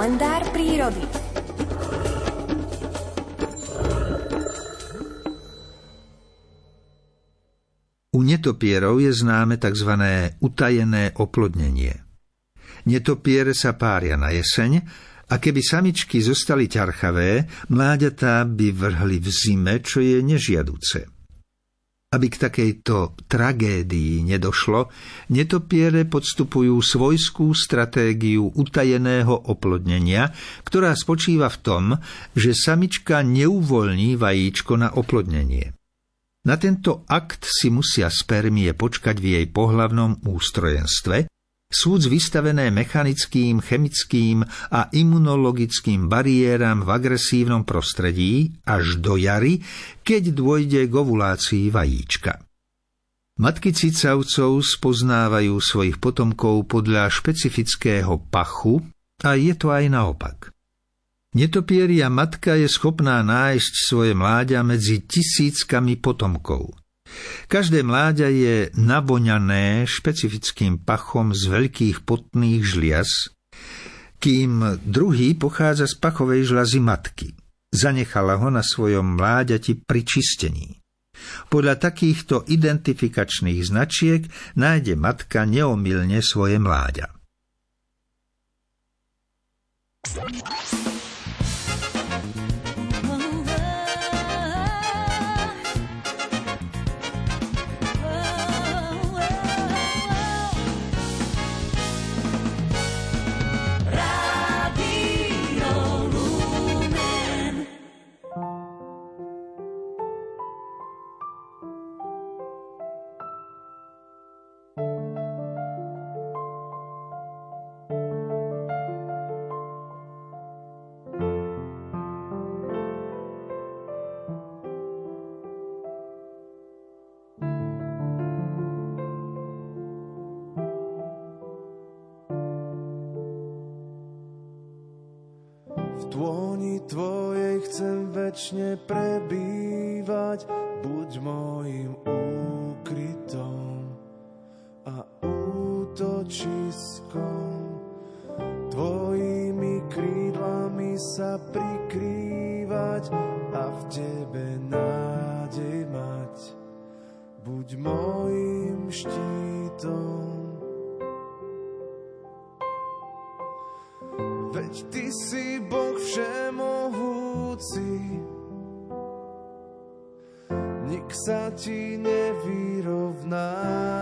kalendár prírody. U netopierov je známe tzv. Utajené oplodnenie. Netopiere sa pária na jeseň a keby samičky zostali ťarchavé, mláďatá by vrhli v zime, čo je nežiaduce. Aby k takejto tragédii nedošlo, netopiere podstupujú svojskú stratégiu utajeného oplodnenia, ktorá spočíva v tom, že samička neuvoľní vajíčko na oplodnenie. Na tento akt si musia spermie počkať v jej pohlavnom ústrojenstve, súc vystavené mechanickým, chemickým a imunologickým bariéram v agresívnom prostredí až do jary, keď dôjde k ovulácii vajíčka. Matky cicavcov spoznávajú svojich potomkov podľa špecifického pachu a je to aj naopak. Netopieria matka je schopná nájsť svoje mláďa medzi tisíckami potomkov. Každé mláďa je navoňané špecifickým pachom z veľkých potných žliaz, kým druhý pochádza z pachovej žľazy matky. Zanechala ho na svojom mláďati pri čistení. Podľa takýchto identifikačných značiek nájde matka neomylne svoje mláďa. V dôni tvojej chcem večne prebývať, buď mojím úkrytom a útočiskom. Tvojimi krídlami sa prikrývať a v tebe nádej mať, buď mojím štítom. Veď ty si Boh všemohúci, nik sa ti nevyrovná.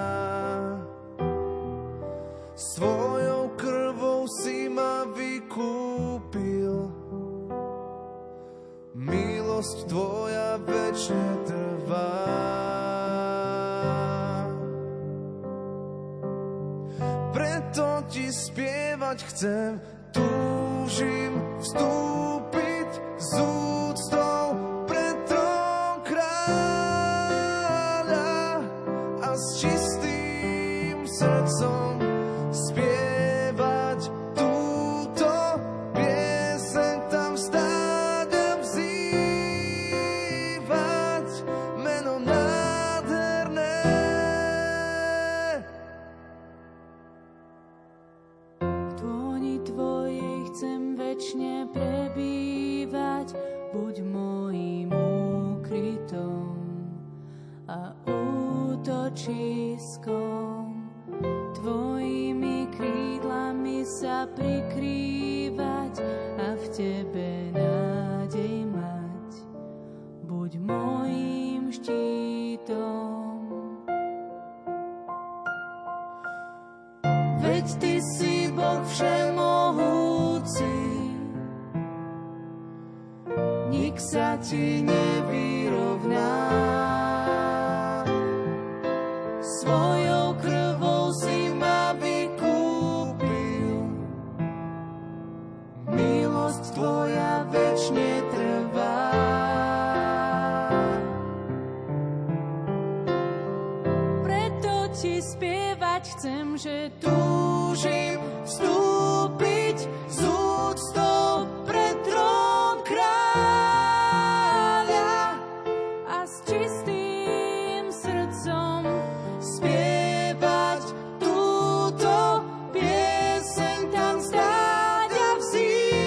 Svojou krvou si ma vykúpil, milosť tvoja večne trvá. Preto ti spievať chcem, túžim vstúpiť z úctou pred trón kráľa a s čistým srdcom spievať túto pieseň, tam stáť a vzývať meno nádherné. Chcem večne prebývať, buď mojím úkrytom a útočiskom. Tvojimi krídlami sa prikrývať a v tebe nádej mať, buď mojím štítom. Veď ty si Boh všemohúci, nik sa ti nevyrovná. Svojou krvou si ma vykúpil, milosť tvoja večne trvá. Preto ti spievať chcem, že túžim vstúpiť z úctou pred trón kráľa a s čistým srdcom spievať túto pieseň, tam stáť a vzývať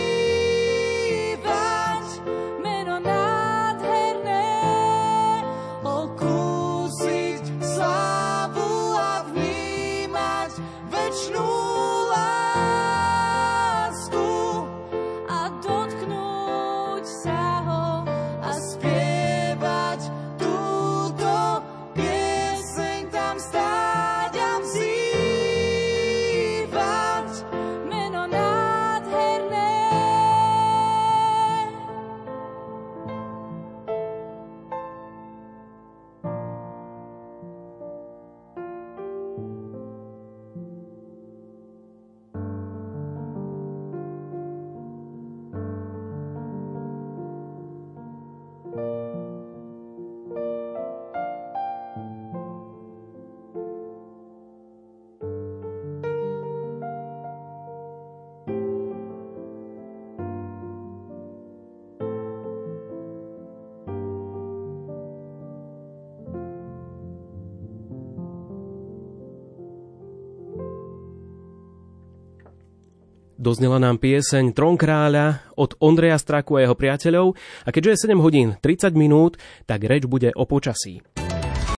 Doznela nám pieseň Trón kráľa od Ondreja Straku a jeho priateľov a keďže je 7 hodín 30 minút, tak reč bude o počasí.